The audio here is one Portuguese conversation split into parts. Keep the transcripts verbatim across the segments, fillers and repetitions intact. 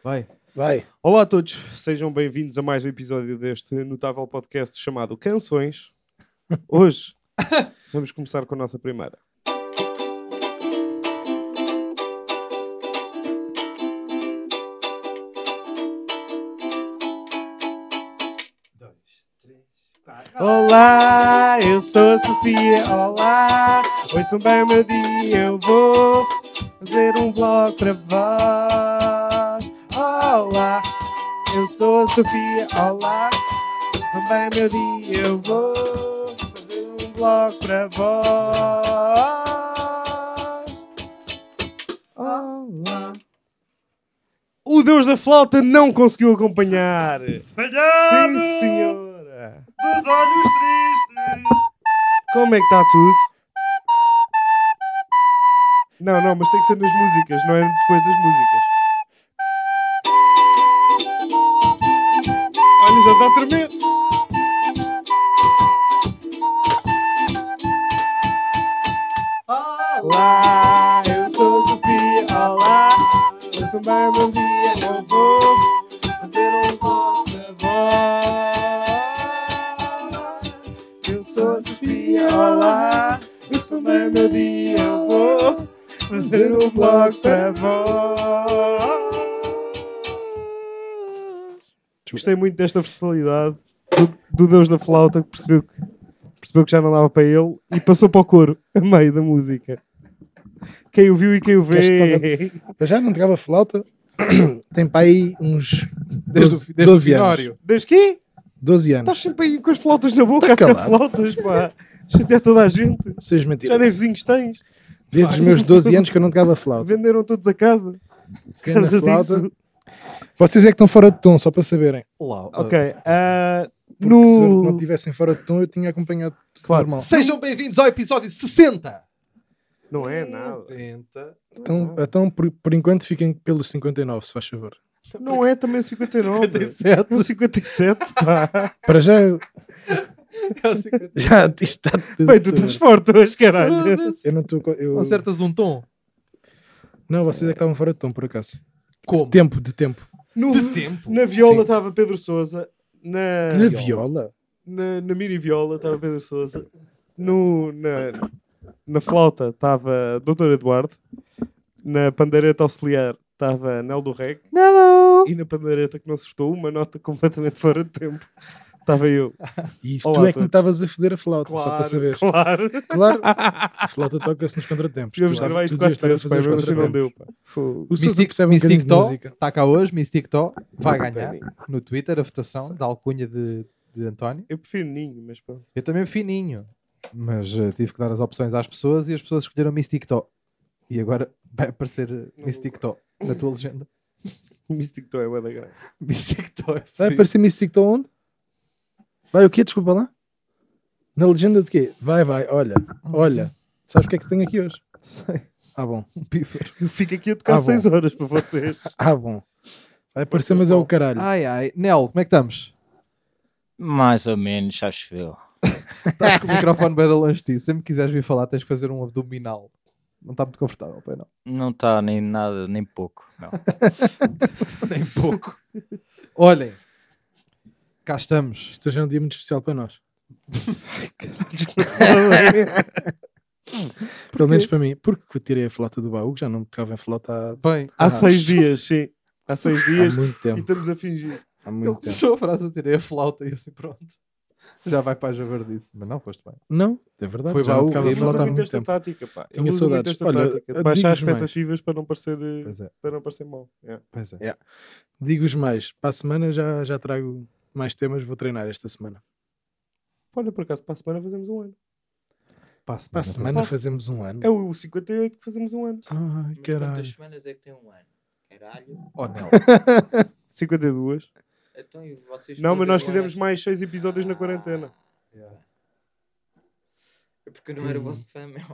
Vai. Vai. Olá a todos, sejam bem-vindos a mais um episódio deste notável podcast chamado Canções. Hoje vamos começar com a nossa primeira. Olá, eu sou a Sofia, olá, ouçam bem o meu dia, eu vou fazer um vlog para vós. Olá, eu sou a Sofia, olá, ouçam bem o meu dia, eu vou fazer um vlog para vós. Olá. O Deus da Flauta não conseguiu acompanhar. Falhamos! Sim, senhora. Dos olhos tristes! Como é que está tudo? Não, não, mas tem que ser nas músicas, não é depois das músicas. Olha, já está a tremer. Olá, eu sou a Sofia, olá. Eu sou bem bom dia, eu vou fazer um vlog para vós. Eu sou a Sofia, olá. Eu sou bem meu dia, eu vou fazer um vlog para vós. Gostei muito desta versatilidade do, do Deus da Flauta, que percebeu que, percebeu que já não dava para ele e passou para o coro, a meio da música. Quem o viu e quem o vê. Eu já não tocava flauta. Tem para aí uns Desde, doze, o- desde doze o anos. finório. Desde quê? doze anos. Estás sempre aí com as flautas na boca, Tá a tocar calado. flautas, pá. Chatear toda a gente. Vocês Já nem mentiras. vizinhos tens. Desde os meus doze anos que eu não tocava flauta. Venderam todos a casa. Pequena Casa flauta. disso. Vocês é que estão fora de tom, só para saberem. Olá. Ok. ah, Porque no... se não estivessem fora de tom, eu tinha acompanhado tudo Claro. normal. Sejam bem-vindos ao episódio sessenta. Não é nada. setenta. Então, então por, por enquanto, fiquem pelos cinquenta e nove, se faz favor. Não é também o cinquenta e nove. cinquenta e sete. É o cinquenta e sete, pá. Para já, É o cinquenta. já isto está tudo. Bem, tu estás forte hoje, caralho. Eu não estou. Eu... Acertas um tom. Não, vocês é que estavam fora de tom, por acaso. Como? De tempo, de tempo. No... De tempo. Na viola Sim. estava Pedro Sousa. Na... Na viola? Na, na mini viola estava Pedro Sousa. No, na, na flauta estava doutor Eduardo. Na pandeireta auxiliar estava Nel do Reg. Hello. E na pandeireta que não acertou uma nota completamente fora de tempo estava eu. E Olá tu a é que me todos. estavas a foder a flauta, só para saber. claro. Claro, a flauta toca-se nos contratempos. Tivemos Tu- que gravar tu isto devias quatro estar a vezes, fazer pá, os mesmo assim não deu, contratempos. pá. Fogo. O Sousa Mystic, percebe um bocadinho Mystic de Tó música. está cá hoje. Mystic Tó vai Não, ganhar não. no Twitter a votação da alcunha de, de António. Eu prefiro ninho, mas pronto. Eu também fininho. Mas eh, tive que dar as opções às pessoas e as pessoas escolheram Mystic Tó. E agora vai aparecer eh, Mystic Tó na tua legenda. Mystic Toy é bué da grande. Mystic Tó é Vai feio. aparecer Mystic Tom onde? Vai o quê? Desculpa lá. Na legenda de quê? Vai, vai, olha, olha. Sabes o que é que tenho aqui hoje? Sei. Ah, bom. Um pífaro. Eu fico aqui a tocar Ah, bom. seis horas para vocês. Ah, bom. Vai aparecer, mas é o caralho. Ai, ai. Nel, como é que estamos? Mais ou menos, já choveu. Estás com o microfone bem de longe de ti. Sempre que quiseres vir falar, tens que fazer um abdominal. Não está muito confortável, pai, não. Não está nem nada, nem pouco. Não. Nem pouco. Olhem, cá estamos. Isto hoje é um dia muito especial para nós. Pelo menos para mim. Porque eu tirei a flauta do baú, que já não me tocava em flauta há, Bem, Há Ah, seis dias, sim. Há seis há dias muito e tempo. estamos a fingir. Há ele muito tempo. começou a frase a tirei a flauta e eu assim, pronto. Já vai para a javardice. Mas não, foste bem. Não, é verdade. Foi já baú não tocava e Ele não flauta usa há muito muito esta tempo. tática, pá. Ele Tinha usa muito saudades. esta Olha, tática. De eu baixar as digo-vos mais. expectativas para não parecer, eh, Pois é, para não parecer mal. Yeah. pois é. É. Digo-vos mais. Para a semana já, já trago mais temas. Vou treinar esta semana. Olha, por acaso, para a semana fazemos um ano. Passo, Para a mano, semana faço. fazemos um ano. É o cinquenta e oito que fazemos um ano. Ai, Mas quantas caralho. semanas é que tem um ano? Caralho. Oh, Nel. cinquenta e dois. Então, e vocês Não, mas fazem nós um fizemos ano? mais seis episódios na quarentena. É porque eu não era o vosso fã, meu.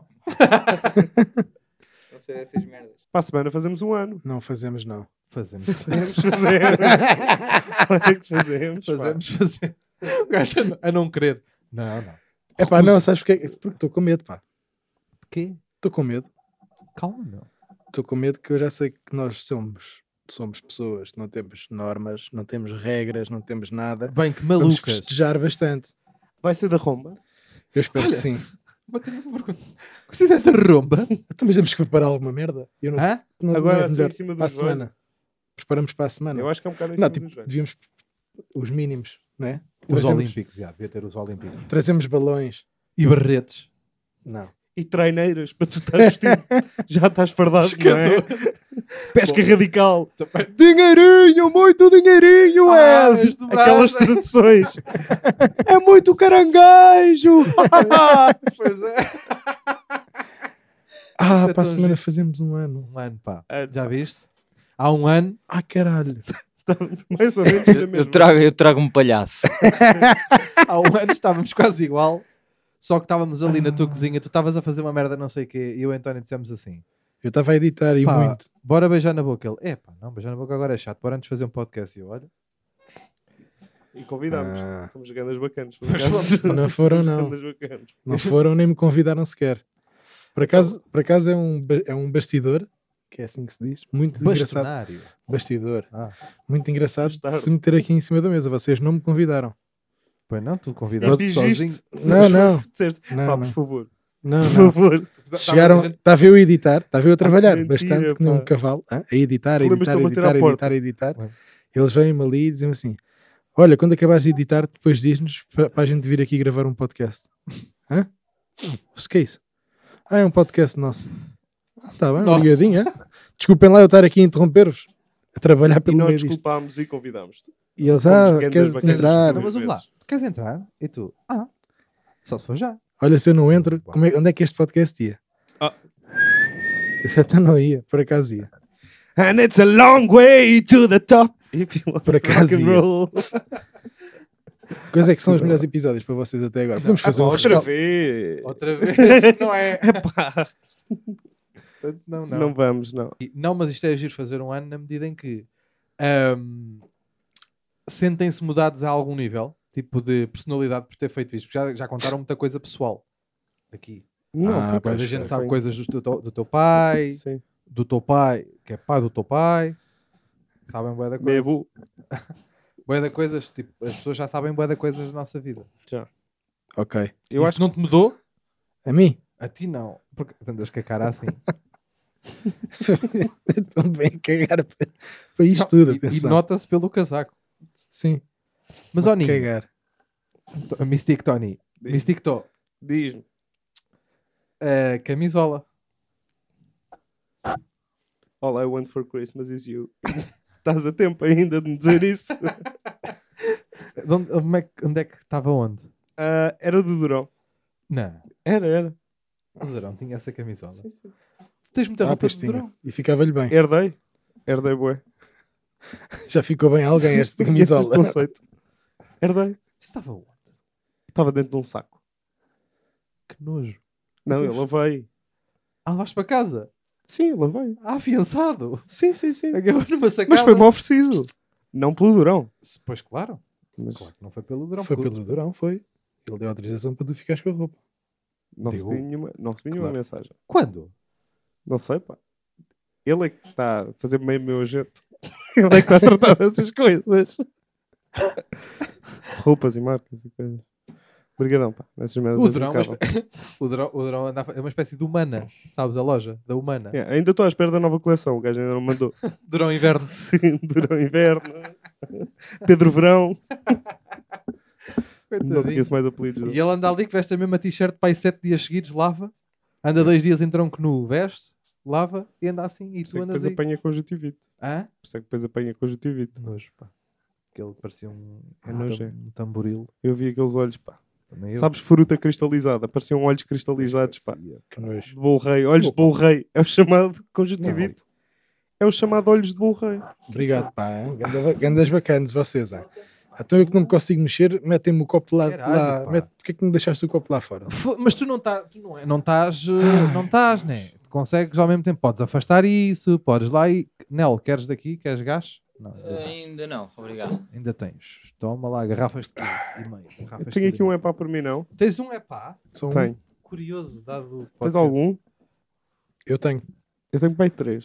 Não sei dessas merdas. Para a semana fazemos um ano. Não fazemos, não. Fazemos. Fazemos, fazemos. Olha que fazemos. pá. Fazemos, fazemos. O gajo a não, a não querer. Não, não. É pá, não, sabes porque? Porque estou com medo, pá. Quê? Estou com medo. Calma, meu. Estou com medo que eu já sei que nós somos somos pessoas, não temos normas, não temos regras, não temos nada. Bem, que Vamos malucas. festejar bastante. Vai ser da Romba? Eu espero Olha. que sim. Considera de romba? Então, mas temos que preparar alguma merda. Eu não, Hã? não, Agora, não é assim, melhor em cima do para a joelho. semana. Preparamos para a semana. Eu acho que é um bocado em Não, cima tipo, do joelho. devíamos os mínimos, não é? Os Trazemos, olímpicos, já, devia ter os olímpicos. trazemos balões. E barretes. Não. E treineiras para tu estar vestido. Já estás fardado, não é? Pesca radical. Dinheirinho, muito dinheirinho, Ah, Ed! este braço. Aquelas traduções. É muito caranguejo! Pois é. Ah, Isso é para a tão semana giro. fazemos um ano. Um ano, pá. Ah, Já viste? Há um ano, Ah, caralho. Mais ou menos da Eu mesma. trago, eu trago um palhaço. há um ano estávamos quase igual, só que estávamos ali na tua cozinha, tu estavas a fazer uma merda não sei o quê, e eu e o António dissemos assim, Eu estava a editar e pá, muito. bora beijar na boca. Ele, é pá, não, beijar na boca agora é chato, bora antes fazer um podcast. E eu, olha, E convidámos. Ah. Fomos grandes bacanas. por Pois acaso. fomos. Não foram, não. Grandes bacanas. Não foram nem me convidaram sequer. Por acaso, por acaso é, um, ba- é um bastidor, que é assim que se diz, muito engraçado. bastonário. Bastidor. Ah, Muito engraçado de Bastardo. se meter aqui em cima da mesa. Vocês não me convidaram. pois não, tu E convidaste sozinho. fingiste. Não, não. Disseste, Não, pá, não. por favor. Não, Por não. favor. Chegaram, está a ver eu editar, está a ver eu a trabalhar mentira, bastante que nem um pá. cavalo, hã? a editar, a Tu lembras-te editar, de a eu bater editar, à a porta? editar, a editar. Lembro. Eles vêm-me ali e dizem assim: olha, quando acabares de editar, depois diz-nos para, para a gente vir aqui gravar um podcast. Hã? O que é isso? Ah, é um podcast nosso. Está bem, Nosso. obrigadinho. hã? Desculpem lá eu estar aqui a interromper-vos, a trabalhar E pelo nós meio disto. desculpámos e convidámos-te. E eles, fomos ah, grandes queres bacanas. entrar? Não, mas ouve lá, vezes. tu queres entrar? E tu, ah, só se for já. Olha, se eu não entro, como é- onde é que este podcast ia? Ah. Eu até não ia, por acaso ia. And it's a long way to the top. If you want Por acaso rock and ia. roll. Quais é que são os melhores episódios para vocês até agora? Podemos fazer Ah, um pá, outra rescaldo. vez. Outra vez, não é? Epá, Não, não. não. vamos, não. E- Não, mas isto é agir fazer um ano na medida em que ahm, sentem-se mudados a algum nível, tipo de personalidade por ter feito isto. Porque já, já contaram muita coisa pessoal aqui. Não, Ah, por Mas acaso, a gente eu sabe tenho- coisas do teu, do teu pai, Sim. do teu pai, que é pai do teu pai. Sabem bué da coisa. Bebo. Bué da coisas, tipo, as pessoas já sabem bué da coisas da nossa vida. Ok. Eu Isso acho não te mudou? A mim? A ti não. Porque andas com a cara assim. Estou bem a cagar para, para isto tudo, Não, e, e atenção. nota-se pelo casaco. Sim. Mas, Vou ó, Ninho, cagar. a Mystic Tony, Diz. Mystic To, Diz-me. a camisola. All I want for Christmas is you. Estás a tempo ainda de me dizer isso? De Onde, onde é que- onde é que estava onde? Ah, era do Durão. Não, Era, era. o Durão tinha essa camisola. Tu tens muita Ah, roupa pois de tinha. Durão. E ficava-lhe bem. Herdei. Herdei, bué. Já ficou bem a alguém esta Conheces este camisola. conceito. Herdei. Isso estava onde? Estava dentro de um saco. Que nojo. Não, Então, eu lavei. Ah, vais para casa? Sim, eu lavei. Ah, afiançado. Sim, sim, sim. Agarrou numa sacada. Mas foi-me oferecido. Não pelo Durão. Se- Pois claro. Mas Claro que não foi pelo Durão. Foi porque- pelo Durão, foi. Ele deu autorização para tu ficares com a roupa. não Deu. recebi nenhuma, não recebi nenhuma Claro. mensagem. Quando? Não sei, pá. Ele é que está a fazer meio meu agente. Ele é que está a tratar dessas coisas. Roupas e marcas e coisas. Obrigadão, pá. Nessas merdas O és Durão, é uma impecável. espé- o Durão, o Durão anda a fa- é uma espécie de humana. Sabes, a loja da humana. Yeah, ainda estou à espera da nova coleção. O gajo ainda não me mandou. Durão Inverno. Sim, Durão Inverno. Pedro Verão. Não Coitadinho. conheço mais apelidos. E ele anda ali que veste a mesma t-shirt para aí sete dias seguidos, lava. Anda dois dias em tronco nu, veste, lava e anda assim. E Por isso é tu que andas depois aí. apanha conjuntivite. Hã? Por isso é que depois apanha conjuntivite. Nojo, pá. Que ele parecia um, É um, nojo, tam- é. um tamboril. Eu vi aqueles olhos, pá. Também eu. Sabes, fruta cristalizada. Pareciam olhos cristalizados, pá. Parecia. Que nojo. De bolo rei. Olhos de bolo rei. É o chamado conjuntivite. É o chamado olhos de bolo rei. Obrigado, pá. hein? Ganda- Gandas bacanas vocês, hein? Então eu que não me consigo mexer, metem-me o copo lá. Caralho, lá pá. mete, Porquê que me deixaste o copo lá fora? Fo- Mas tu não estás, tu não, é- não estás, eh, não estás, né? Tu consegues ao mesmo tempo, podes afastar isso, podes lá e... Nel, queres daqui? Queres gás? Não, ainda, não. Ainda não, obrigado. Ainda tens. Toma lá, garrafas de quilo e meio. Garrafas Eu de tenho aqui quilo um e epá por mim, não? meio. Tens um epá? Só um. Tenho. Curioso, dado o Tens podcast. algum? Eu tenho. Eu tenho pai três.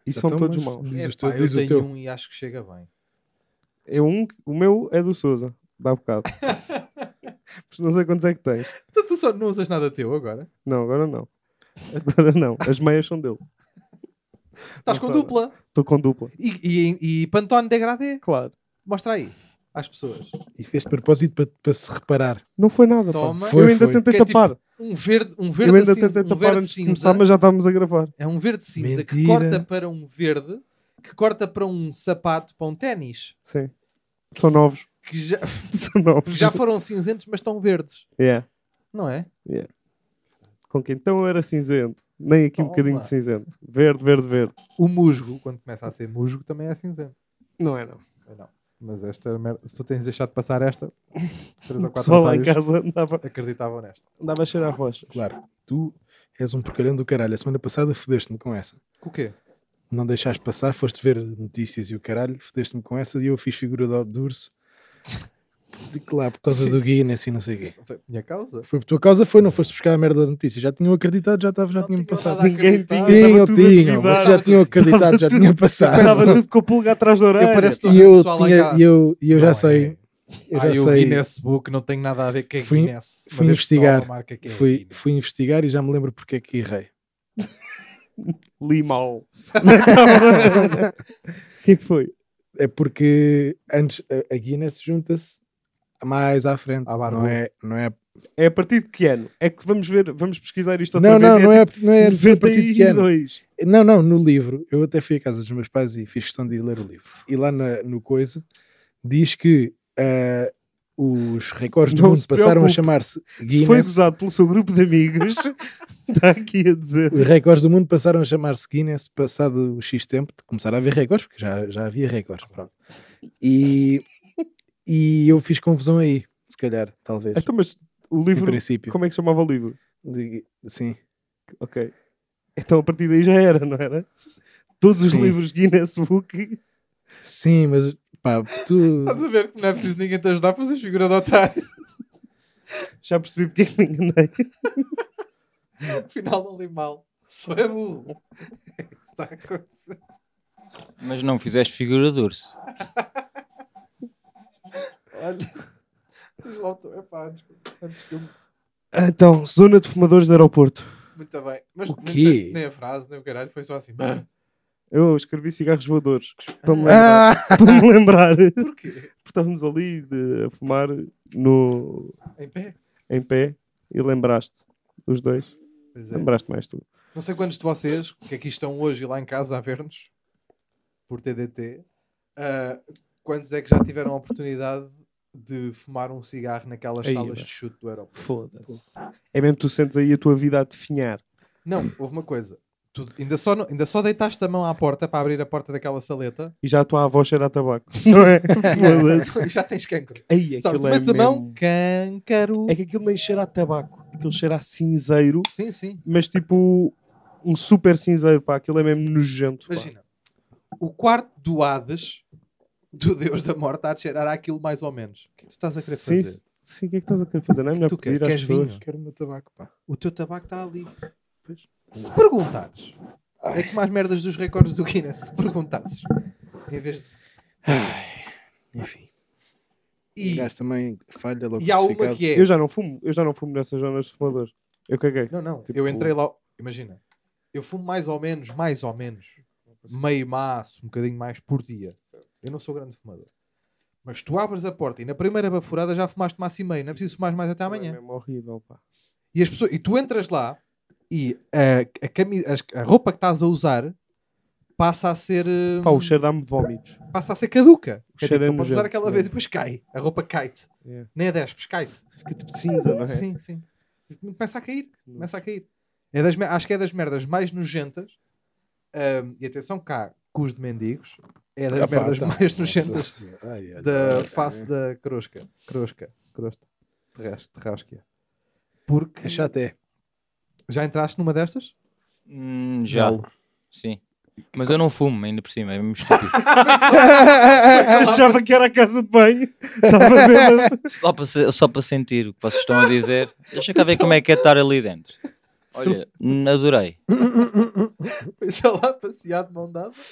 E são Então, todos mas maus. Diz, É, os pá, teu- eu diz o tenho teu. um e acho que chega bem. É um, o meu é do Sousa, dá bocado. Mas não sei quantos é que tens. Então tu só não usas nada teu agora? Não, agora não. Agora não. As meias são dele. Estás Não com sabe. dupla. Estou com dupla. E, e, e Pantone degradê. Claro. Mostra aí às pessoas. E fez de propósito para, para se reparar. Não foi nada, Toma. pá. Foi, eu ainda foi. tentei Que é tipo tapar. Um verde, um Eu verde ainda cinza. tentei Um tapar verde antes de cinza. começar, mas já estávamos a gravar. É um verde cinza que Mentira. corta para um verde, que corta para um sapato, para um ténis. Sim. São novos. Que já, São novos. já foram cinzentos, mas estão verdes. Yeah. Não é? Com que então era cinzento. Nem aqui um Toma. bocadinho de cinzento. Verde, verde, verde. O musgo, quando começa a ser musgo, também é cinzento. Não é, não. Eu não. Mas esta merda, se tu tens deixado de passar esta, três ou O quatro pessoal lá em otários casa andava, acreditavam nesta. andava a cheirar a rocha. Claro, tu és um porcalhão do caralho. A semana passada fodeste-me com essa. Com o quê? Não deixaste passar, foste ver notícias e o caralho, fodeste-me com essa e eu fiz figura de, de urso. Digo lá, por causa do Guinness e não sei o quê. Isso não foi minha causa? Foi por tua causa, foi, não foste buscar a merda da notícia. Já tinham acreditado, já, estava, já Não tinham tinham passado. nada a Ninguém acreditar. tinha. Tinham, Estava tudo a tinham, duvidar. vocês já tinham acreditado, já tinham passado. Estava tudo com a pulga atrás da orelha. Eu pareço- E eu, Pessoal lá em tinha, casa. e eu, e eu Não já é. sei, eu já Ah, e o sei, Guinness Book não tem nada a ver com a Fui- Guinness. Uma fui vez só investigar. uma marca que é fui, Guinness. fui investigar e já me lembro porque é que errei. Limão. O que é que foi? É porque antes a, a Guinness junta-se mais à frente, À barba. não é, não é, É a partir de que ano? É que vamos ver, vamos pesquisar isto outra não, vez. não, e não é, tipo não é de ser a partir de que ano. noventa e dois. Não, não, no livro, eu até fui à casa dos meus pais e fiz questão de ir ler o livro. E lá na- no coisa diz que ah, os recordes do Não mundo se passaram a preocupe. chamar-se Se foi Guinness. gozado pelo seu grupo de amigos, está aqui a dizer. Os recordes do mundo passaram a chamar-se Guinness passado o X tempo de começar a haver recordes, porque já, já havia recordes. Pronto. E, e eu fiz confusão aí, se calhar, talvez. Então, mas o Em livro, princípio. como é que se chamava o livro? De- sim. Ok. Então a partir daí já era, não era? Todos os Sim. livros Guinness Book. Sim, mas pá, tu. Estás a ver que não é preciso ninguém te ajudar a fazer figura de otário. Já percebi porque é que me enganei. Afinal não li mal. Só é burro. É isso que está a acontecer. Mas não fizeste figura de urso. Olha. Diz lá o teu. Epá, desculpa. Antes que eu... Então, zona de fumadores de aeroporto. Muito bem. Mas O não quê? disseste nem a frase, nem o caralho. Foi só assim. Eu escrevi cigarros voadores para me lembrar. Ah! Para me lembrar. Porquê? Porque estávamos ali de, a fumar no, Em pé? em pé e lembraste os dois. Pois é. Lembraste mais tu. Não sei quantos de vocês que aqui estão hoje e lá em casa a ver-nos por T D T, ah, quantos é que já tiveram a oportunidade de fumar um cigarro naquelas Aí, salas vai. de chute do aeroporto? Foda-se. É mesmo que tu sentes aí a tua vida a definhar. Não, houve uma coisa. Tu ainda, só, não- ainda só deitaste a mão à porta para abrir a porta daquela saleta E já a tua avó cheira a tabaco. Não é? Foda-se. e já tens cancro. Ei, Sabes, tu aquilo é metes a mão, mesmo- câncaro. É que aquilo nem cheira a tabaco. Aquilo cheira a cinzeiro. Sim, sim. Mas tipo um super cinzeiro, pá. Aquilo é mesmo nojento. pá. Imagina. O quarto do Hades, do Deus da Morte, está a cheirar àquilo mais ou menos. O que é que tu estás a querer Sim, fazer? sim, o que é que estás a querer fazer? Não é melhor Tu pedir quer- às queres pessoas. vinho? Quero o meu tabaco, pá. O teu tabaco está ali. Se perguntares, é que mais merdas dos recordes do Guinness, se perguntasses, em vez de... Enfim. O E, gajo também falha logo e há uma crucificado. que é... Eu já não fumo. Eu já não fumo nessas zonas de fumadores. Eu caguei. Não, não, Tipo- eu entrei lá... Imagina, eu fumo mais ou menos, mais ou menos, meio maço, um bocadinho mais por dia. Eu não sou grande fumador. Mas tu abres a porta e na primeira baforada já fumaste maço e meio. Não é preciso fumar mais até É amanhã. mesmo horrível, pá. E, as pessoas, e tu entras lá e a, a, cami- as- a roupa que estás a usar passa a ser hum, Pá, o cheiro dá-me vómitos. passa a ser caduca. O É cheiro tipo, é tu podes usar nojento, aquela não é? vez e depois cai. A roupa cai-te. É. Nem a despes, cai-te. Fica tipo cinza, não é? Sim, sim. Começa a cair. Começa a cair. É das, me- acho que é das merdas mais nojentas. Hum, e atenção cá, cus de mendigos. É das Ah, pá, merdas tá. mais nojentas Ai, ai, da ai, face ai. da crosca. Crosca. Crosta. Terrestre. Terrasquia. Porque É chato, é. já entraste numa destas? Hum, já. Não. Sim. Mas eu não fumo, ainda por cima. É mesmo estúpido. Achava que era a casa de banho. Estava mesmo. Só para, se- só para sentir o que vocês estão a dizer. Deixa cá ver como é que é estar ali dentro. Olha, adorei. Foi lá passear de mão dada.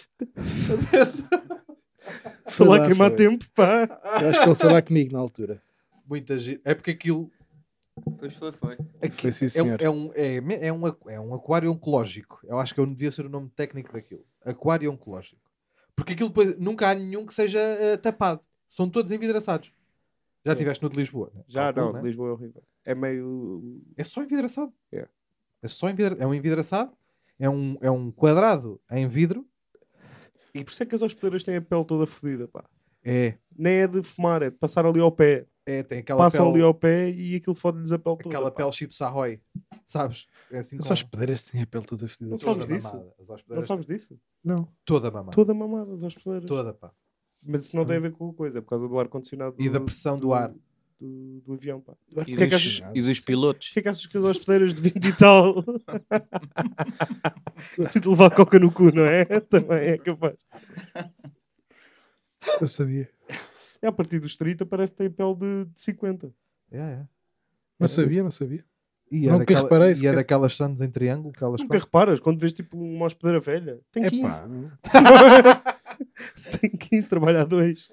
Só lá lá, queimar foi. tempo, pá. Eu acho que ele foi lá comigo na altura. Muita gente. É porque aquilo. Pois foi, foi. aqui- Foi sim, é, um- senhor. é, um, é, me- é, um, aqu- é um aquário oncológico. Eu acho que eu devia ser o nome técnico daquilo. Aquário oncológico. Porque aquilo depois nunca há nenhum que seja eh, tapado. São todos envidraçados. Já É. estiveste no de Lisboa? Né? Já Calculo, não, né? Lisboa é horrível. É meio. É só envidraçado. É. É só envidra... É um envidraçado. É um, é um quadrado em vidro. E por isso é que as hospedeiras têm a pele toda fodida, pá. É. Nem é de fumar, é de passar ali ao pé. É, tem aquela Passam pele, ali ao pé e aquilo fode-lhes a pele toda. aquela pá. pele chips ahoy. Sabes? É assim As com- hospedeiras têm a pele toda fedida. Não toda sabes disso? mamada. As Não hospedeiras sabes disso? Não. toda mamada. Toda mamada, as hospedeiras. Toda, pá. Mas isso não tem a ver com a coisa, é por causa do ar-condicionado. E da pressão do ar. Do, do avião, pá. E, Porquê é que dos, achas- e dos pilotos. Porquê é que achas que as hospedeiras de vinte e tal de levar coca no cu, não é? Também é capaz. Eu sabia. É, a partir dos trinta parece que tem pele de, de cinquenta. É, é. Não sabia, não sabia. E é Nunca daquela, reparei e é sequer. daquelas sandes em triângulo que elas Nunca reparas quando vês tipo uma hospedeira velha. Tem É quinze. pá, não. Tem quinze, trabalha a dois.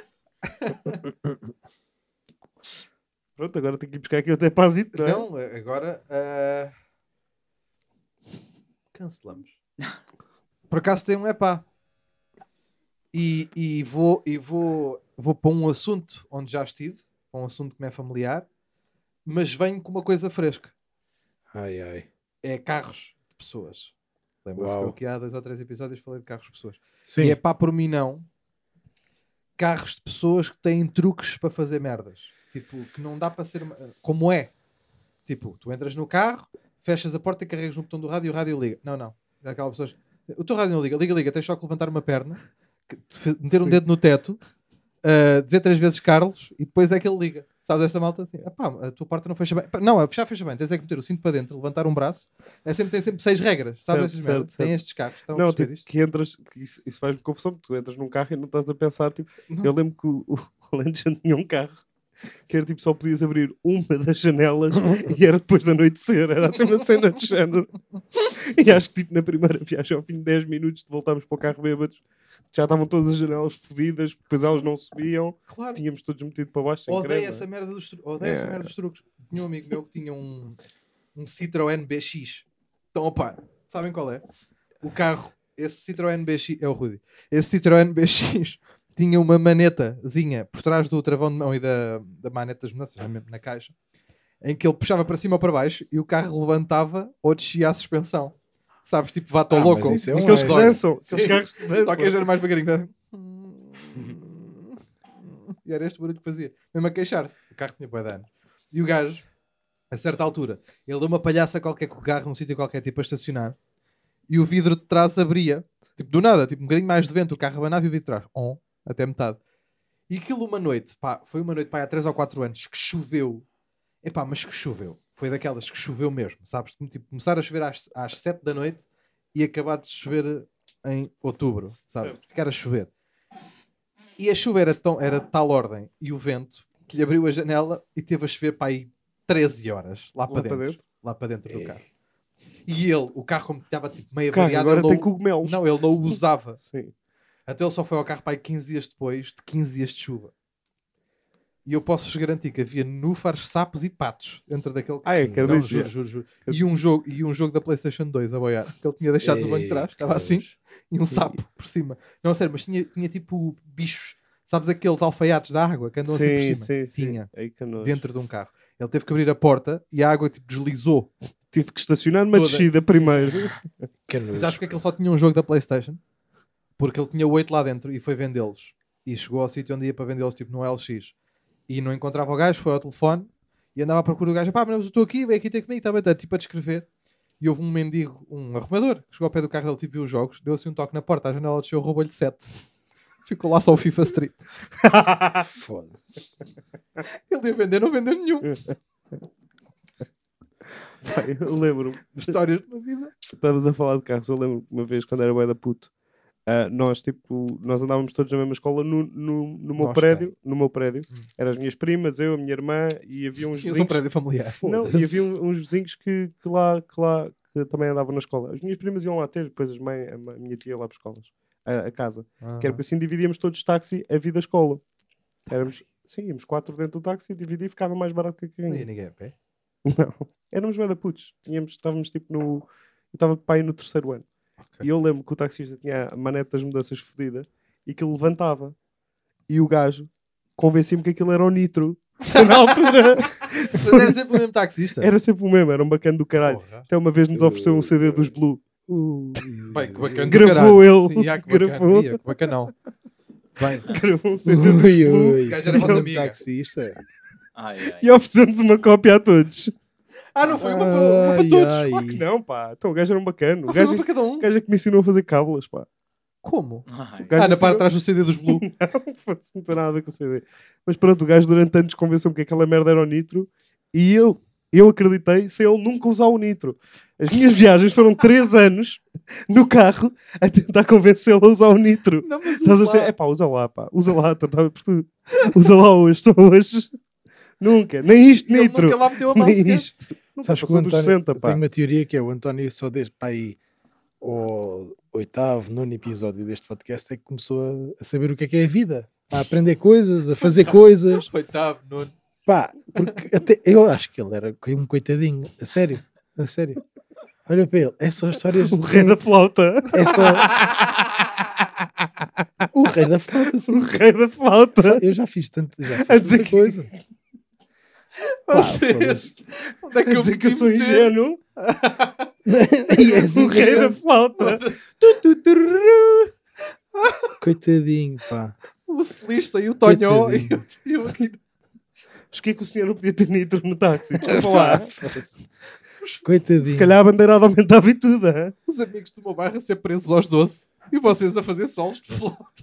Pronto, agora tenho que ir buscar aqui até para a Zito, não é? Não, agora ah, cancelamos. Por acaso tem um epá. E, e, vou, e vou, vou para um assunto onde já estive, para um assunto que me é familiar, mas venho com uma coisa fresca. Ai, ai. É carros de pessoas. Lembra-se que Uau. eu aqui há dois ou três episódios falei de carros de pessoas. Sim. E é pá por mim não. Carros de pessoas que têm truques para fazer merdas. Tipo, que não dá para ser... uma- Como é. Tipo, tu entras no carro, fechas a porta e carregas no botão do rádio e o rádio liga. Não, não. É aquela pessoa... O teu rádio não liga. Liga, liga. Tens só que levantar uma perna, que- fe- meter um Sim. dedo no teto, uh, dizer três vezes Carlos e depois é que ele liga. Sabes esta malta assim? Epá, a tua porta não fecha bem. Pá, não, a fechar fecha bem. Tens é que meter o cinto para dentro, levantar um braço. É sempre, tem sempre seis regras. Sabes Certo, estas certo, merdas? certo. Tem estes carros. Estão a Não, perceber tipo, isto? que entras, que isso, isso faz-me confusão, porque tu entras num carro e não estás a pensar, tipo, Não. eu lembro que o, o Legend tinha um carro que era tipo, só podias abrir uma das janelas e era depois de anoitecer, era assim uma cena de género. E acho que tipo, na primeira viagem, ao fim de dez minutos de voltarmos para o carro bêbados, já estavam todas as janelas fodidas, depois elas não subiam, Claro. tínhamos todos metido para baixo sem Odeio querer, essa não é? merda dos truques. Odeio essa É. merda dos truques. Tinha um amigo meu que tinha um, um Citroën B X. Então, opa, sabem qual é? O carro, esse Citroën B X, é o Rudy. Esse Citroën B X tinha uma manetazinha por trás do travão de mão e da, da maneta das mudanças, já mesmo na caixa, em que ele puxava para cima ou para baixo e o carro levantava ou descia a suspensão. Sabes, tipo, vato Ah, ao mas louco. isso é um Aqueles Sim. que dançam, aqueles Sim. carros que dançam. Só que este era mais devagarinho. E era este barulho que fazia. Mesmo a queixar-se. O carro tinha bué de anos. E o gajo, a certa altura, ele deu uma palhaça qualquer com o carro num sítio qualquer, tipo a estacionar. E o vidro de trás abria. Tipo, do nada. Tipo, um bocadinho mais de vento. O carro abanava e o vidro de trás. On, até metade. E aquilo uma noite, pá, foi uma noite, pá, há três ou quatro anos, que choveu. Epá, mas que choveu. Foi daquelas que choveu mesmo, sabes? Tipo, começar a chover às, às sete da noite e acabar de chover em outubro, sabes? Certo. Ficar a chover. E a chuva era, tão, era de tal ordem, e o vento, que lhe abriu a janela e teve a chover para aí treze horas, lá, para, Lá dentro, para dentro? Lá para dentro do carro. E ele, o carro como estava tipo meio O carro avariado, agora ele tem não, cogumelos. não, ele não o usava. Sim. Até ele só foi ao carro para aí quinze dias depois de quinze dias de chuva. E eu posso-vos garantir que havia núfares, sapos e patos dentro daquele Ah, é, carrinho. quero Não, dizer. juro, juro, juro. E um, jogo, e um jogo da PlayStation dois a boiar, que ele tinha deixado no banco de trás, estava assim, e um sapo por cima. Não, sério, mas tinha, tinha tipo bichos, sabes aqueles alfaiates da água que andam assim por Sim, cima? sim, sim. Tinha, Aí que nojo. dentro de um carro. Ele teve que abrir a porta e a água tipo deslizou. Tive que estacionar numa Toda. descida primeiro. Que E nojo. sabes porque é que ele só tinha um jogo da PlayStation? Porque ele tinha oito lá dentro e foi vendê-los. E chegou ao sítio onde ia para vendê-los, tipo no L X. E não encontrava o gajo, foi ao telefone e andava à procura do gajo. Pá, mas eu estou aqui, vem aqui ter comigo, estava tipo a descrever. E houve um mendigo, um arrumador, que chegou ao pé do carro dele, tipo, viu os jogos, deu assim um toque na porta, a janela desceu, roubou-lhe sete. Ficou lá só o FIFA Street. Foda-se. Ele ia vender, não vendeu nenhum. Pai, eu lembro-me. Histórias de uma vida. Estavas a falar de carros. Eu lembro uma vez quando era bué da puto. Uh, nós, tipo, nós andávamos todos na mesma escola no, no, no meu Nós prédio. No meu prédio. Hum. Eram as minhas primas, eu, a minha irmã e havia uns Tinhas um vizinhos. prédio familiar. Não, e havia um- uns vizinhos que, que lá, que lá que também andavam na escola. As minhas primas iam lá ter, depois as mãe, a, ma- a minha tia ia lá para escolas, a, a casa. Ah. Que era porque assim dividíamos todos táxi a vida escola. Éramos, sim, íamos quatro dentro do táxi, dividir e ficava mais barato que a Não ia carrinha. ninguém a pé. Não, éramos bué da putos. Tínhamos, estávamos tipo no. Eu estava para aí no terceiro ano. Ok. E eu lembro que o taxista tinha a manete das mudanças fodida e que ele levantava. E o gajo convencia-me que aquilo era o nitro. Na altura Mas era sempre o mesmo taxista. era sempre o mesmo, era um bacana do caralho. Porra. Até uma vez nos ofereceu um C D dos Blue. Ui, Bem, que bacana do Gravou caralho. ele. Sim, já, que bacana. Gravou. Ia, que bacanão. Bem, Gravou um C D dos Ui, Blue. ui, Esse gajo era vossa um amiga. taxista. Ai, ai. E ofereceu-nos uma cópia a todos. ah, não foi uma, para- uma para Ai, todos. ai. Claro que não, pá. Então o gajo era um bacana. O Ah, foi gajo, uma para cada um. o gajo é que me ensinou a fazer cábulas, pá. Como? Ai. O gajo Ah, na ensinou- parte de trás do C D dos Blue. Não, foda-se, não tem nada a ver com o C D. Mas pronto, o gajo durante anos convenceu-me que aquela merda era o nitro e eu, eu acreditei sem ele nunca usar o nitro. As minhas viagens foram três anos no carro a tentar convencê-lo a usar o nitro. Não, mas Estás a usa ser, lá. é pá, usa lá, pá, usa lá, tratava por tudo. Usa lá hoje, só hoje. Nunca, nem isto Ele nitro. nunca lá meteu a mão Nem sequer. isto. Nunca Sabes que o passou dos António, sessenta, eu pá. tenho uma teoria que é o António só desde para aí o oitavo, nono episódio deste podcast é que começou a, a saber o que é que é a vida, a aprender coisas, a fazer coisas. Oitavo, nono. Pá, porque até eu acho que ele era um coitadinho, a sério, a sério. Olha para ele, é só histórias. O rei da flauta. É só. O rei da flauta, O sim. rei da flauta. Eu já fiz tanto, já fiz A dizer tanta que- coisa. Pá, Vocês. Onde é que Quer eu dizer me que eu sou meti meter? ingênuo. e é assim O rei da mesmo. flauta. Coitadinho, pá. O celista e o Tonhó. E Coitadinho. eu, eu aqui. Mas porquê que o senhor não podia ter nitro no táxi? Desculpa lá. Coitadinho. Se calhar a bandeirada aumentava e tudo, hein? Os amigos do meu bairro a ser presos aos doze. E vocês a fazer solos de flauta.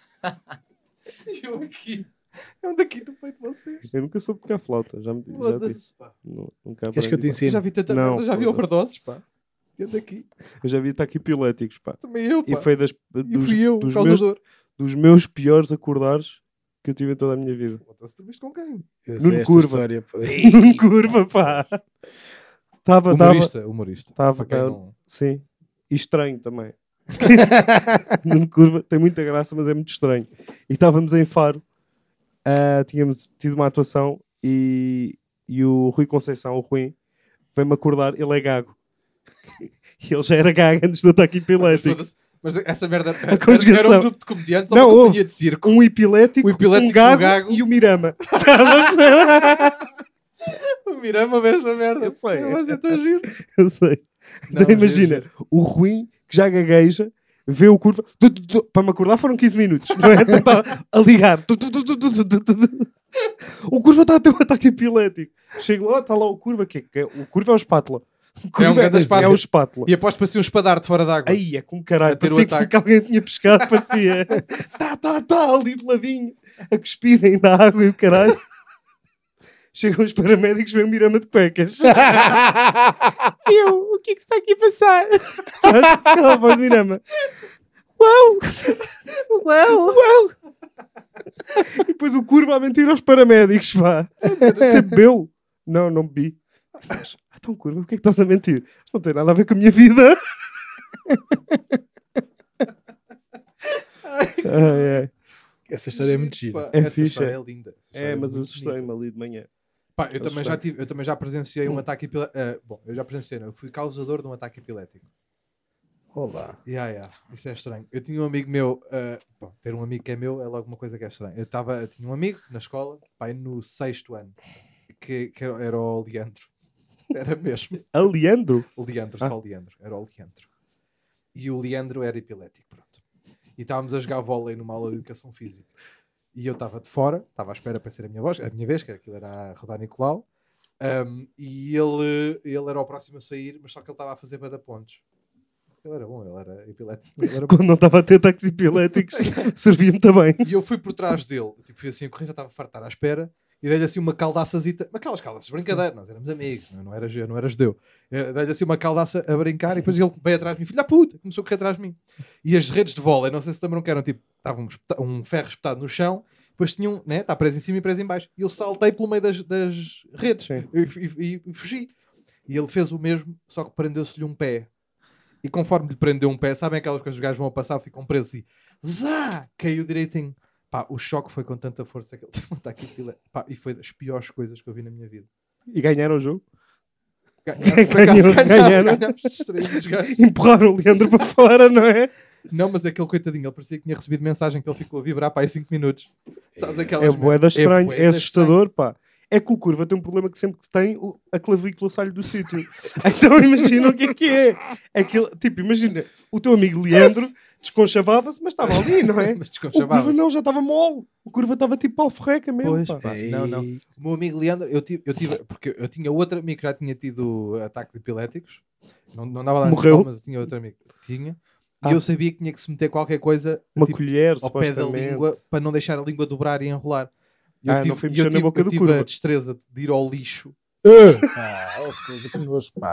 E eu aqui. Eu ando aqui no peito de vocês. Eu nunca soube tocar flauta. Já me já Foda-se, disse. pá. Não, nunca Queres que eu te aprendi. Eu ensine? já vi tanta Não, merda, já vi foda-se. overdoses, pá. Eu ando aqui. Eu já vi taquipiléticos, pá. Também eu, pá. E foi das, E dos, fui eu, o dos, meus, causador. dos meus piores acordares que eu tive em toda a minha vida. Foda-se, tu viste com quem? Eu Nuno sei esta Curva. história, pá. Num curva, pá. Estava, estava. Humorista, humorista. Tava, Para quem tava. não- Sim. E estranho também. Nuno Curva tem muita graça, mas é muito estranho. E estávamos em Faro. ah, tínhamos tido uma atuação e, e o Rui Conceição, o Rui, veio-me acordar. Ele é gago. E ele já era gago antes de eu estar aqui epilético. Foda-se. Mas essa merda A conjugação. era um grupo de comediantes ou Não, uma houve. companhia de circo? Um epilético, O epilético, um gago, o gago. e o Mirama. Estás a ser? O Mirama vê esta merda. Eu sei. Mas é tão giro. Eu sei. Não, Então imagina, giro, giro. o Rui, que já gagueja, vê o curva. Tu, tu, tu, para me acordar foram quinze minutos. Não é? Estava a ligar. Tu, tu, tu, tu, tu, tu, tu, tu. O curva está a ter um ataque epilético. Chego lá, está lá o curva. Que é, que é- o curva é o espátula. O curva um grande é, espátula. é o espátula. E aposto para ser um espadarte fora d'água. Aí é com caralho. A ter o Parecia que, ataque. que alguém tinha pescado. Parecia. Tá, tá, tá, ali de ladinho. A cuspir ainda a água e o caralho. Chegam os paramédicos, vem o Mirama de cuecas. Eu, o que é que está aqui a passar? Sabes? Aquela voz de Mirama. Uau! Uau! Uau! E depois o curva a mentir aos paramédicos, pá. Você bebeu? Não, não bebi. Mas, ah, então curva, o que é que estás a mentir? Isto não tem nada a ver com a minha vida. Ai, ai. Essa história é muito gira. Pá, É essa fixe, história é. é linda. Essa história É, mas eu muito assustei-me bonita. ali de manhã. Pá, eu, Eu também já assustei. tive, eu também já presenciei um ataque epilético. bom, eu já presenciei, não. Eu fui causador de um ataque epilético. Olá. Yeah, yeah. Isso é estranho. Eu tinha um amigo meu, uh, bom, ter um amigo que é meu é logo uma coisa que é estranha. Eu, tava, eu tinha um amigo na escola, pai, no sexto ano, que, que era, era o Leandro. Era mesmo. A Leandro? O Leandro, Ah. só o Leandro. Era o Leandro. E o Leandro era epilético, pronto. E estávamos a jogar vôlei numa aula de educação física. E eu estava de fora, estava à espera para ser a minha voz, a minha vez, que aquilo era a rodar Nicolau. Um, e ele, ele era o próximo a sair, mas só que ele estava a fazer bada pontos. Ele era bom, ele era epilético. Ele era bom. Quando não estava a ter ataques epiléticos, servia-me também. E eu fui por trás dele, tipo, fui assim a correr, já estava a fartar à espera, e dei-lhe assim uma caldaçazita, aquelas caldaças, brincadeira, nós éramos amigos, não, não, era, eu não era judeu. Eu dei-lhe assim uma caldaça a brincar e depois ele veio atrás de mim, filho da puta, começou a correr atrás de mim. E as redes de vôlei, não sei se lembram que eram tipo, estava um, espeta- um ferro espetado no chão, depois tinham, né, está preso em cima e preso em baixo. E eu saltei pelo meio das, das redes Sim. e, e- e fugi. E ele fez o mesmo, só que prendeu-se-lhe um pé. E conforme lhe prendeu um pé, sabem aquelas coisas que os gajos vão a passar, ficam presos e zá, caiu direitinho. Pá, o choque foi com tanta força que ele teve um ataque epilético. Pá, e foi das piores coisas que eu vi na minha vida. E ganharam o jogo. Ganharam, por Ganhou- acaso, ganharam, ganharam. ganhámos distraídos os gajos. Empurraram o Leandro para fora, não é? Não, mas aquele coitadinho, ele parecia que tinha recebido mensagem que ele ficou a vibrar para aí cinco minutos. Sabes aquelas É bué da estranho, bué é, da assustador, pá. É que o Curva tem um problema que sempre que tem, o- a clavícula sai do sítio. Então imagina o que é que é. Aquele, tipo, imagina, o teu amigo Leandro desconchavava-se, mas estava ali, não é? Mas O Curva desconchavava-se. não, já estava mole. O Curva estava tipo alforreca mesmo, Pois, pá. pá, não, não. O meu amigo Leandro, eu tive, eu tive, porque eu tinha outro amigo que já tinha tido ataques epiléticos, não, não dava lá no Morreu? hospital, mas eu tinha outro amigo que tinha, Ah. e eu sabia que tinha que se meter qualquer coisa Uma tipo, colher, ao pé da supostamente. língua para não deixar a língua dobrar e enrolar. E eu Ah, não tive, foi e mexer eu na tive, boca eu do tive a Curva. destreza de ir ao lixo. Ah, oh, coisa que nojo, pá.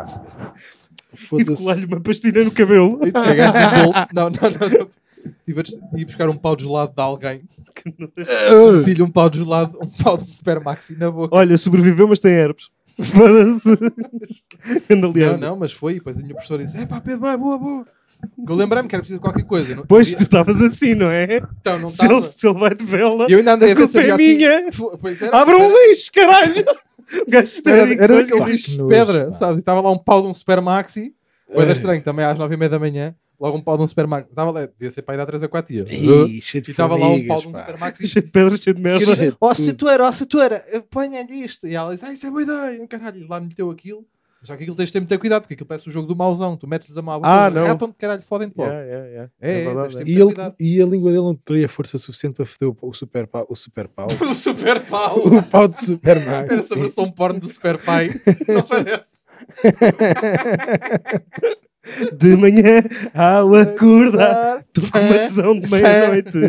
E de Foda-se. colar-lhe uma pastilha no cabelo. E pegar no bolso. Não, não, não. não. Tive a des- ir buscar um pau de gelado de alguém. Meti-lhe um pau de gelado, um pau de um Super Maxi na boca. Olha, sobreviveu, mas tem herpes. Foda-se. Anda, Não, Leandro. não, mas foi. E depois a minha professora disse: é pá, Pedro, vai, boa, boa. Porque eu lembrei-me que era preciso qualquer coisa. Não, Pois tu havia- estavas assim, não é? Então, não Se ele, estava. se ele vai de vela, E eu ainda andei a a ver se culpa é havia assim- minha. Fo- Pois era, Abra um era, lixo, caralho! O gajo era, histérico, era olha, daqueles pá, lixos que de nojo, pedra, pá. sabe? E estava lá um pau de um Super Maxi. Foi Ai. estranho, também às nove e meia da manhã. Logo um pau de um Super Maxi. Estava lá, devia ser para ir dar três a quatro dias. Ih, cheio E de estava lá um formigas, pau de um pá. Super Maxi. cheio de pedras, cheio de E merda. eu disse, Cheio de ó tudo. setora, ó setora, ponha-lhe isto. E ela disse, ah, isso é boa ideia. E, caralho, e lá meteu aquilo. Só que aquilo tens de ter muito cuidado, porque aquilo parece o jogo do mauzão. Tu metes-lhes a mão à boca, Ah, eles não. ratam-te, caralho, fodem-te logo. Yeah, yeah, yeah. É, É é, verdade. tens é. de E, ter ele, cuidado. e a língua dele não teria força suficiente para foder o, o super pau. O super pau. O Super Pau. O pau de super Max. Parece a versão porno do Super Pai. Não parece? De manhã, ao acordar, estou com uma tesão de meia-noite.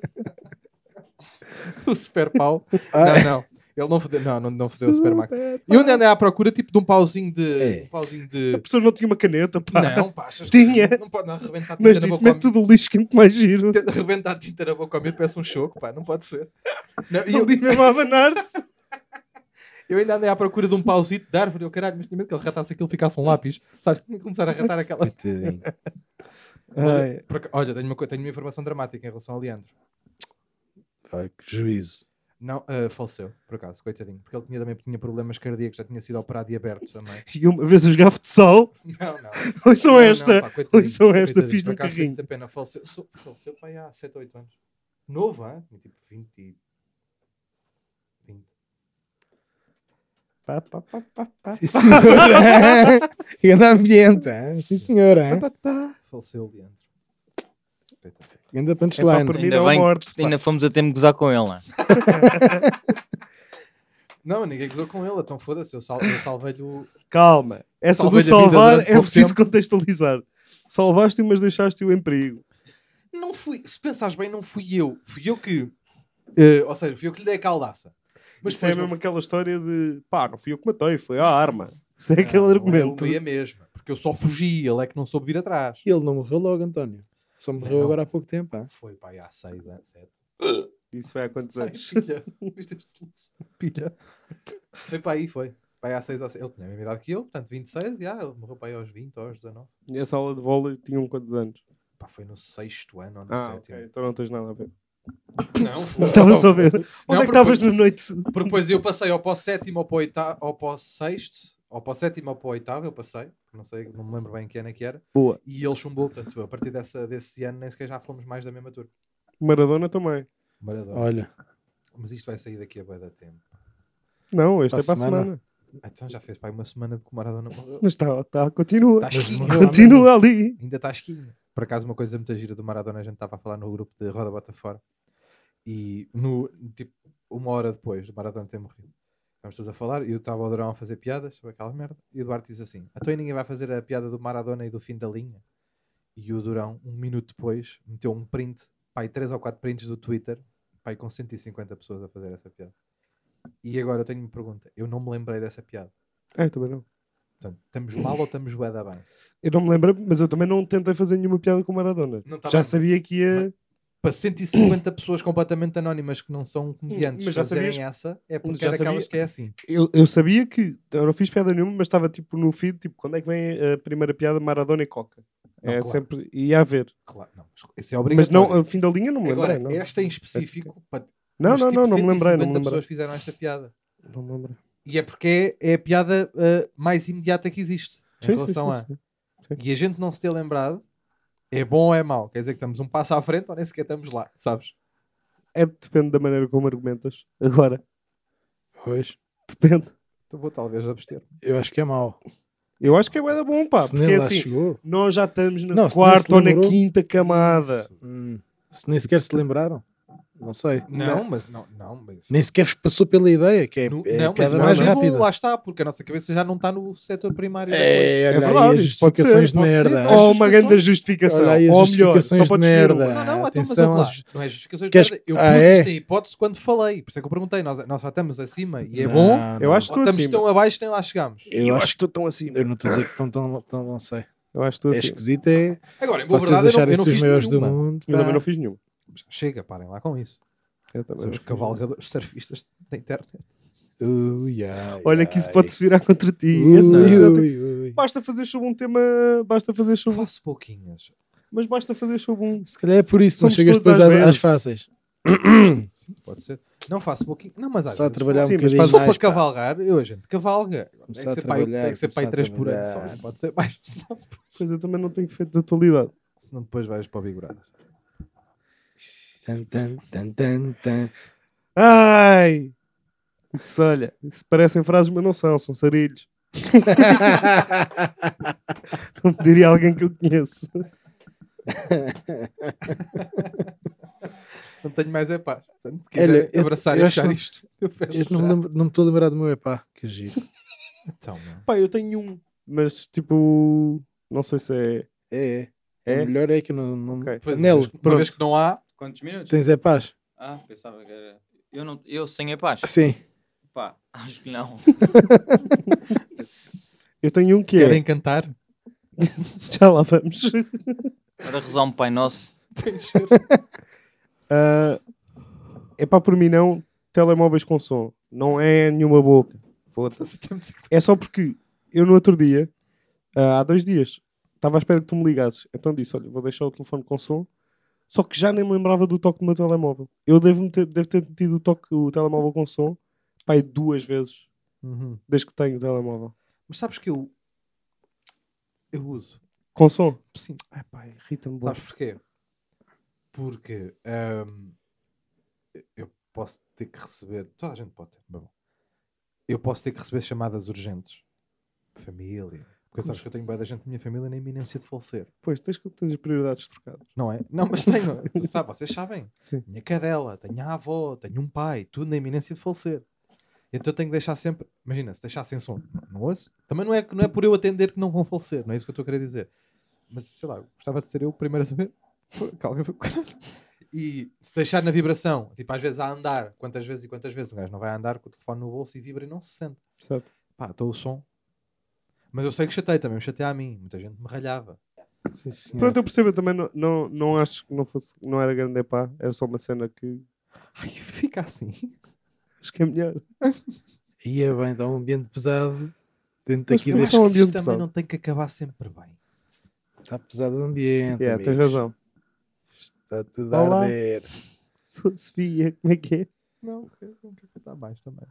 O Super Pau. Ah. Não, não. Ele não fodeu, não, não, não fodeu o Super Max. E eu andei à procura tipo de um pauzinho de. É. Um pauzinho A de. pessoa não tinha uma caneta, pá. Não, pá, achas Tinha. que não pode não arrebentar tinta Mas na disse, boca. mete ao- tudo o lixo que é muito mais giro. Tenta arrebentar tinta na boca ao miúdo, parece um choco, pá, não pode ser. Não, e eu, Ali mesmo a abanar-se. eu ainda andei à procura de um pauzito de árvore, eu caralho, mas tinha medo que ele ratasse aquilo e ficasse um lápis. Sabes, tinha que começar a ratar aquela. Coitadinho. Ai, Por aca- Olha, tenho uma, co- tenho uma informação dramática em relação ao Leandro. Ai, que juízo. Não, ah, faleceu, por acaso, coitadinho. Porque ele tinha, também tinha problemas cardíacos, já tinha sido operado e aberto também. E uma vez os gafos de sal, Não, não. ouçam Não, esta, não, pá, coitadinho, ouçam esta, coitadinho, fiz por num acaso, carrinho. muita pena. Faleceu, so- faleceu pá, há sete, oito anos. Novo, hein? Tinha tipo vinte e... vinte. Pá, pá, pá, pá, pá. Sim, senhora. Grande ambiente, hein? Sim, senhora. Tá, tá. Faleceu o Leandro. Coitadinho. Grande É pá, punchline. para mim Ainda não é bem morte. que ainda fomos a tempo de gozar com ele, não é? Não, ninguém gozou com ele, então foda-se, eu, sal, eu salvei-lhe o... Calma, essa do Salvei-lhe a vida salvar durante é pouco preciso tempo. contextualizar. Salvaste-o, mas deixaste-o em perigo. Não fui, se pensares bem, não fui eu. Fui eu que... eh, ou seja, fui eu que lhe dei a caldaça. Mas Mas isso é depois não mesmo aquela história de pá, não fui eu que matei, foi a arma. Isso é Não, aquele não é argumento. ali a mesma. Porque eu só fugi, ele é que não soube vir atrás. E ele não morreu logo, António. Só morreu Não. agora há pouco tempo. Ah. Foi pá, aí há seis, há sete. Isso foi há quantos Ai, anos? pilha. Viste este luz? Pilha. Foi para aí, foi. Para aí há seis ou sete. Ele tinha a mesma idade que eu, portanto vinte e seis, e ah, ele morreu para aí aos vinte ou aos dezanove. E essa aula de vôlei tinham quantos anos? Pá, foi no sexto ano ou no Ah, sétimo. ok, então não tens nada a ver. Não, foi. Estava só a ver. Onde é porque que estavas na noite? Porque depois eu passei ou para o sétimo ou para o oitavo, ou para o sexto, ou para o sétimo ou para o oitavo, eu passei. Não sei, não me lembro bem que ano é que era. Boa. E ele chumbou, portanto, a partir dessa, desse ano nem sequer já fomos mais da mesma turma. Maradona também. Maradona. Olha, Mas isto vai sair daqui a bué da tempo. Não, este Para é para a a semana. semana. Ah, então já fez pá, uma semana de que o Maradona morreu. Mas está, tá, continua. Tá mas esquinho. morreu há Continua ali. Ainda está esquinho. Por acaso, uma coisa muito gira do Maradona, a gente estava a falar no grupo de Roda Bota Fora. E no, tipo, uma hora depois do Maradona ter morrido, estamos todos a falar, e eu estava o Durão a fazer piadas sobre aquela merda, e o Duarte diz assim: então ninguém vai fazer a piada do Maradona e do fim da linha. E o Durão, um minuto depois, meteu um print, pai, três ou quatro prints do Twitter, pai, com cento e cinquenta pessoas a fazer essa piada. E agora eu tenho uma pergunta. Eu não me lembrei dessa piada. É, também não. Portanto, estamos mal ou estamos bué da bem? Eu não me lembro, mas eu também não tentei fazer nenhuma piada com o Maradona. Não tá Já bem. sabia que ia... Para cento e cinquenta pessoas completamente anónimas que não são comediantes Mas já fazerem sabias- essa, é porque já é daquelas sabia- que é assim. Eu, eu sabia que... Eu não fiz piada nenhuma, mas estava tipo no feed, tipo, quando é que vem a primeira piada Maradona e Coca? Não, É claro. sempre... Ia haver. Claro, não, mas isso é Mas obrigatório. não, ao fim da linha não me lembrei. Agora, não. esta em específico, para Não, mas, não, tipo, não, não me cento e lembrei, não me cinquenta lembrei. pessoas fizeram esta piada. Não me lembrei. E é porque é, é a piada uh, mais imediata que existe em Sim, relação sim, a. sim, sim. E a gente não se ter lembrado é bom ou é mau? Quer dizer que estamos um passo à frente ou nem sequer estamos lá, sabes? É, depende da maneira como argumentas. Agora, Pois, depende. Então vou talvez abster. eu acho que é mau. Eu acho que é bué da bom, pá. Se Porque nem é lá assim, chegou. nós já estamos na Não, se nem quarta se ou na lembrou. quinta camada. Isso. Hum, se nem sequer se lembraram. Não sei. Não, mas não, não, mas Nem sequer vos passou pela ideia, que é, No- é não, a mas piada vai mais ser rápida. bom, lá está, porque a nossa cabeça já não está no setor primário da coisa. É, olha É aí verdade, as isso pode justificações ser, de pode ser. merda. Ou- Ou uma justificações. grande justificação. Olha aí as Ou melhor, justificações só de podes escolher merda. uma. Não, não, então, mas Atenção ouve lá. às- Não é justificações de Queres- merda. Eu Ah, pus é? isto em hipótese quando falei. Por isso é que eu perguntei. Nós, nós já estamos acima e é Não, bom. não. Eu acho que Ou estou estamos acima. tão abaixo nem lá chegamos. Eu, Eu acho acho que estou tão acima. Eu não estou a dizer que estão tão, tão, não sei. Eu acho que estou É acima. esquisito, é Agora, em boa vocês verdade, eu não, acharem eu não ser os fiz maiores do nenhuma. mundo. Eu também pá. não fiz nenhum. Chega, parem lá com isso. Eu também São não os fiz nenhum. cavalgadores surfistas da internet. Ui, ai, Olha que isso ai. pode se virar contra ti. Ui, Esse- ui, ui. Basta fazer sobre um tema. Basta fazer sobre um. Faço pouquinhas. Mas basta fazer sobre um. Se calhar é por isso que não Somos chegas todos depois às às, às vezes. fáceis. Sim, pode ser. Não faço pouquinho. Não, mas às Só a vezes trabalhar Sim, um mas bocadinho faz- só mais. para pá. cavalgar, eu a gente cavalga. Tem Começar que a ser pai, trabalhar, tem que ser pai começar a três por ano só. trabalhar. Não pode ser mais, senão, Pois eu também não tenho feito de atualidade. senão depois vais para o Bigorada. Tan, tan, tan, tan, tan. Ai! Isso, olha, isso parecem frases, mas não são, são sarilhos. Como diria alguém que eu conheço. Não tenho mais é paz. Portanto, se Olha, quiserem eu- abraçar eu e acho fechar que- isto, eu fecho Eu não me já. lembro- não me estou a lembrar do meu epá. Que giro. Então, meu. Pá, eu tenho um, mas tipo, não sei se é. É, é. É? O melhor é que eu não. não... Ok. Pois, uma Nelo, vez- uma vez que não há, Quantos minutos? tens epás? Ah, pensava que era. Eu, não... eu sem a paz. Sim. Pá, acho que não. Eu tenho um que é. querem cantar. Já lá vamos. Para rezar um Pai Nosso. Ah, é pá, por mim não. Telemóveis com som. Não é nenhuma boca. Foda-se. É só porque eu no outro dia, ah, há dois dias, estava à espera que tu me ligasses. Então disse: olha, vou deixar o telefone com som. Só que já nem me lembrava do toque do meu telemóvel. Eu devo, ter, devo ter metido o toque o telemóvel com som, pá, aí duas vezes Uhum. desde que tenho o telemóvel. Mas sabes que eu eu uso. Com som? Sim. Ai pá, irrita-me. bué. Sabes porquê? Porque ahm, eu posso ter que receber. Toda a gente pode ter. Bom, eu posso ter que receber chamadas urgentes. Família. Porque sabes que eu tenho bué da gente da minha família na iminência de falecer. Pois, tens que ter as prioridades trocadas. Não é? Não, mas tenho. Tu sabe, vocês sabem. Sim. Minha cadela, tenho a avó, tenho um pai, tudo na iminência de falecer. Então eu tenho que deixar sempre. Imagina, se deixar sem som, não, não ouço. Também não é, não é por eu atender que não vão falecer, não é isso que eu estou a querer dizer. Mas sei lá, gostava de ser eu o primeiro a saber. Pô, que alguém foi- E se deixar na vibração, tipo às vezes a andar, quantas vezes e quantas vezes um gajo não vai andar com o telefone no bolso e vibra e não se sente. Certo. Pá, estou o som. Mas eu sei que chatei também, me chatei a mim. Muita gente me ralhava. Sim, senhor. Pronto, eu percebo, eu também não, não, não acho que não, fosse, não era grande epá, era só uma cena que Ai, fica assim. acho que é melhor. E é bem, dá um ambiente pesado dentro Mas daqui por deste. isso é um Isto ambiente também pesado. não tem que acabar sempre bem. Está pesado o ambiente. Yeah, tens amigos. razão. Está tudo a Olá. arder. Sou Sofia, como é que é? Não, não quero cantar mais também.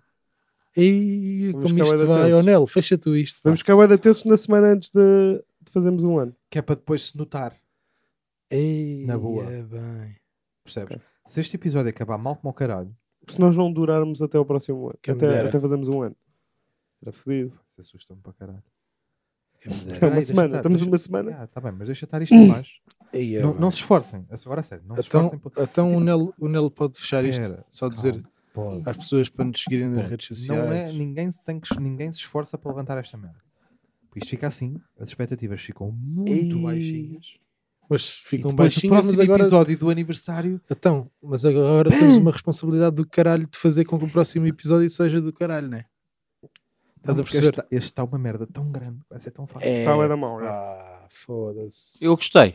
E Vamos como ficar isto bué da vai, tensos. oh Nel, fecha tu isto. pá. Vamos ficar bué de tensos na semana antes de, de fazermos um ano. Que é para depois se notar, Ei, Na boa. é bem. percebes? Se este episódio acabar mal como o caralho, Se nós não durarmos até o próximo ano, Quem me até, dera. até fazermos um ano. Era fodido. se assustam-me para caralho. Quem me É dera. Peraí, uma deixa semana, estar, estamos deixa- uma semana. Ah, tá bem, mas deixa estar isto em paz. Ei, é não, bem. não se esforcem. Agora a sério, não se Então, esforcem. por- então o, Tipo, Nel, o Nel pode fechar isto. Espera, Só calma, dizer pode. às pessoas para nos seguirem nas Pode. redes sociais. Não é, ninguém, se tem que, ninguém se esforça para levantar esta merda. Porque isto fica assim, as expectativas ficam muito Ei. baixinhas. Mas E ficam depois, no baixinhas, mas próximo agora... episódio do aniversário, Então, mas agora temos uma responsabilidade do caralho de fazer com que o próximo episódio seja do caralho, né? Estás não, a porque perceber? este, este está uma merda tão grande, vai ser tão fácil. É, Tá bué da mão, já. pá, foda-se. Eu gostei.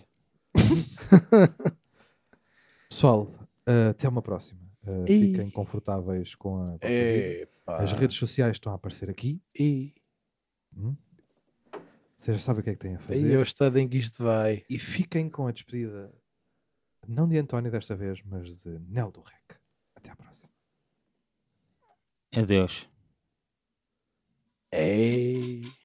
Pessoal, uh, até uma próxima. Uh, E- fiquem confortáveis com a vossa vida. Epá. As redes sociais estão a aparecer aqui. E Hum? Vocês já sabem o que é que têm a aí fazer. é o estado em que isto vai. E fiquem com a despedida, não de António desta vez, mas de Nel do Rec. Até à próxima. Adeus. Ei.